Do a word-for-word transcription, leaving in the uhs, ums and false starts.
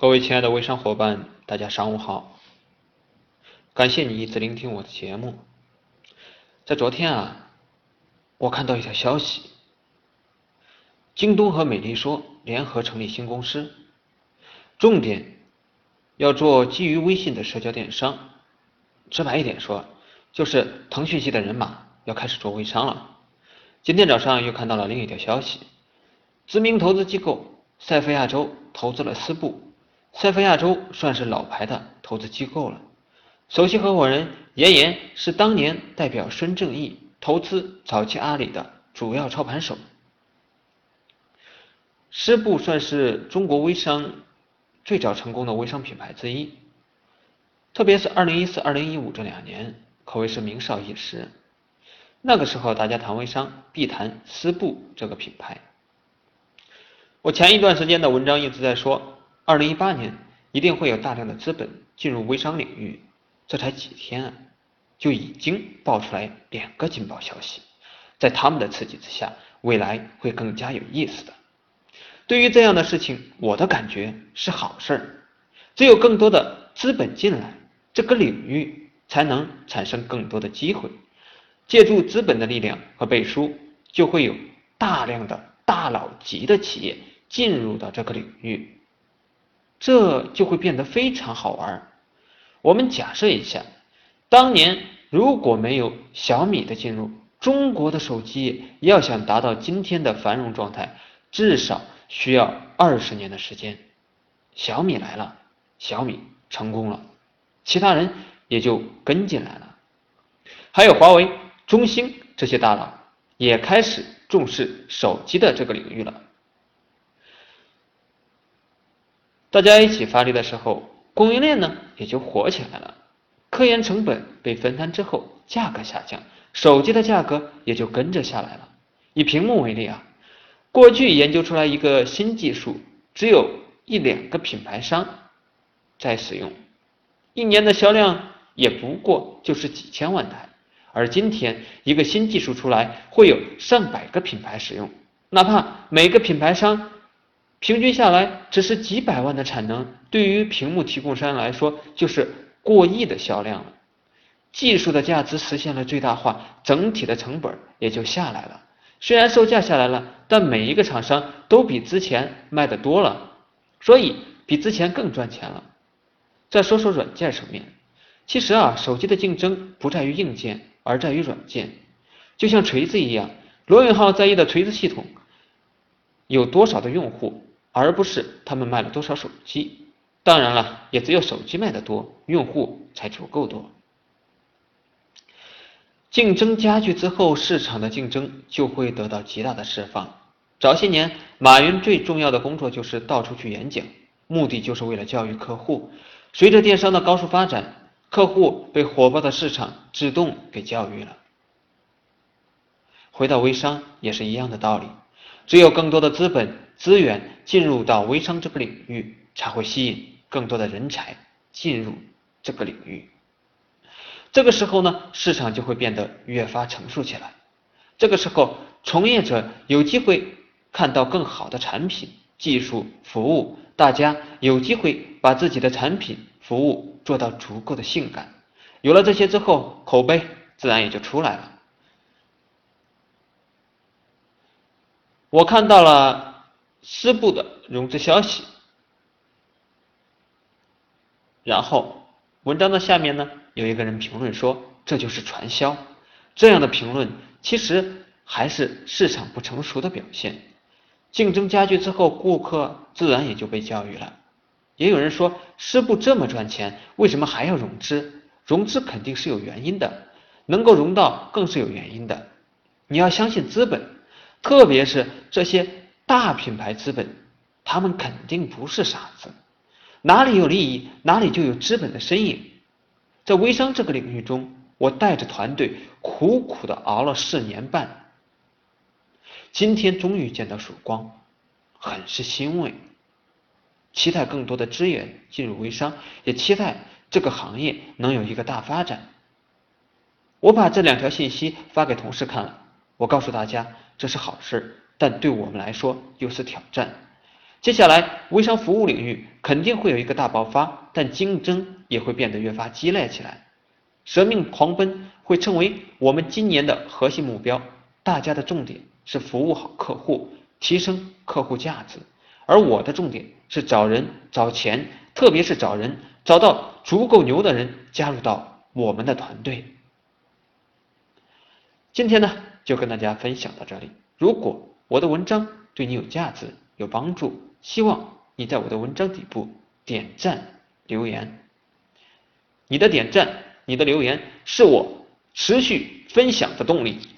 各位亲爱的微商伙伴，大家上午好，感谢你一直聆听我的节目。在昨天啊，我看到一条消息，京东和美丽说联合成立新公司，重点要做基于微信的社交电商。直白一点说，就是腾讯系的人马要开始做微商了。今天早上又看到了另一条消息，知名投资机构赛弗亚洲投资了思布。赛弗亚洲算是老牌的投资机构了，首席合伙人严岩是当年代表孙正义投资早期阿里的主要操盘手。思布算是中国微商最早成功的微商品牌之一，特别是二零一四、二零一五这两年可谓是名噪一时。那个时候大家谈微商必谈思布这个品牌。我前一段时间的文章一直在说，二零一八年一定会有大量的资本进入微商领域，这才几天啊，就已经爆出来两个劲爆消息，在他们的刺激之下，未来会更加有意思的。对于这样的事情，我的感觉是好事儿，只有更多的资本进来，这个领域才能产生更多的机会，借助资本的力量和背书，就会有大量的大佬级的企业进入到这个领域，这就会变得非常好玩。我们假设一下，当年如果没有小米的进入，中国的手机要想达到今天的繁荣状态，至少需要二十年的时间。小米来了，小米成功了，其他人也就跟进来了。还有华为、中兴这些大佬也开始重视手机的这个领域了。大家一起发力的时候，供应链呢也就火起来了，科研成本被分摊之后，价格下降，手机的价格也就跟着下来了。以屏幕为例啊，过去研究出来一个新技术，只有一两个品牌商在使用，一年的销量也不过就是几千万台，而今天一个新技术出来，会有上百个品牌使用，哪怕每个品牌商平均下来只是几百万的产能，对于屏幕提供商来说就是过亿的销量了。技术的价值实现了最大化，整体的成本也就下来了。虽然售价下来了，但每一个厂商都比之前卖的多了，所以比之前更赚钱了。再说说软件层面，其实啊，手机的竞争不在于硬件，而在于软件。就像锤子一样，罗永浩在意的锤子系统有多少的用户，而不是他们卖了多少手机。当然了，也只有手机卖得多，用户才足够多。竞争加剧之后，市场的竞争就会得到极大的释放。早些年，马云最重要的工作就是到处去演讲，目的就是为了教育客户。随着电商的高速发展，客户被火爆的市场自动给教育了。回到微商也是一样的道理，只有更多的资本资源进入到微商这个领域，才会吸引更多的人才进入这个领域。这个时候呢，市场就会变得越发成熟起来。这个时候，从业者有机会看到更好的产品、技术、服务，大家有机会把自己的产品、服务做到足够的性感。有了这些之后，口碑自然也就出来了。我看到了思布的融资消息，然后文章的下面呢，有一个人评论说这就是传销。这样的评论其实还是市场不成熟的表现。竞争加剧之后，顾客自然也就被教育了。也有人说，思布这么赚钱，为什么还要融资？融资肯定是有原因的，能够融到更是有原因的。你要相信资本，特别是这些大品牌资本，他们肯定不是傻子。哪里有利益，哪里就有资本的身影。在微商这个领域中，我带着团队苦苦的熬了四年半，今天终于见到曙光，很是欣慰。期待更多的资源进入微商，也期待这个行业能有一个大发展。我把这两条信息发给同事看了，我告诉大家这是好事，但对我们来说又是挑战。 接下来，微商服务领域肯定会有一个大爆发，但竞争也会变得越发激烈起来。舍命狂奔会成为我们今年的核心目标，大家的重点是服务好客户，提升客户价值，而我的重点是找人、找钱，特别是找人，找到足够牛的人加入到我们的团队。今天呢，就跟大家分享到这里。如果我的文章对你有价值、有帮助，希望你在我的文章底部点赞留言。你的点赞、你的留言是我持续分享的动力。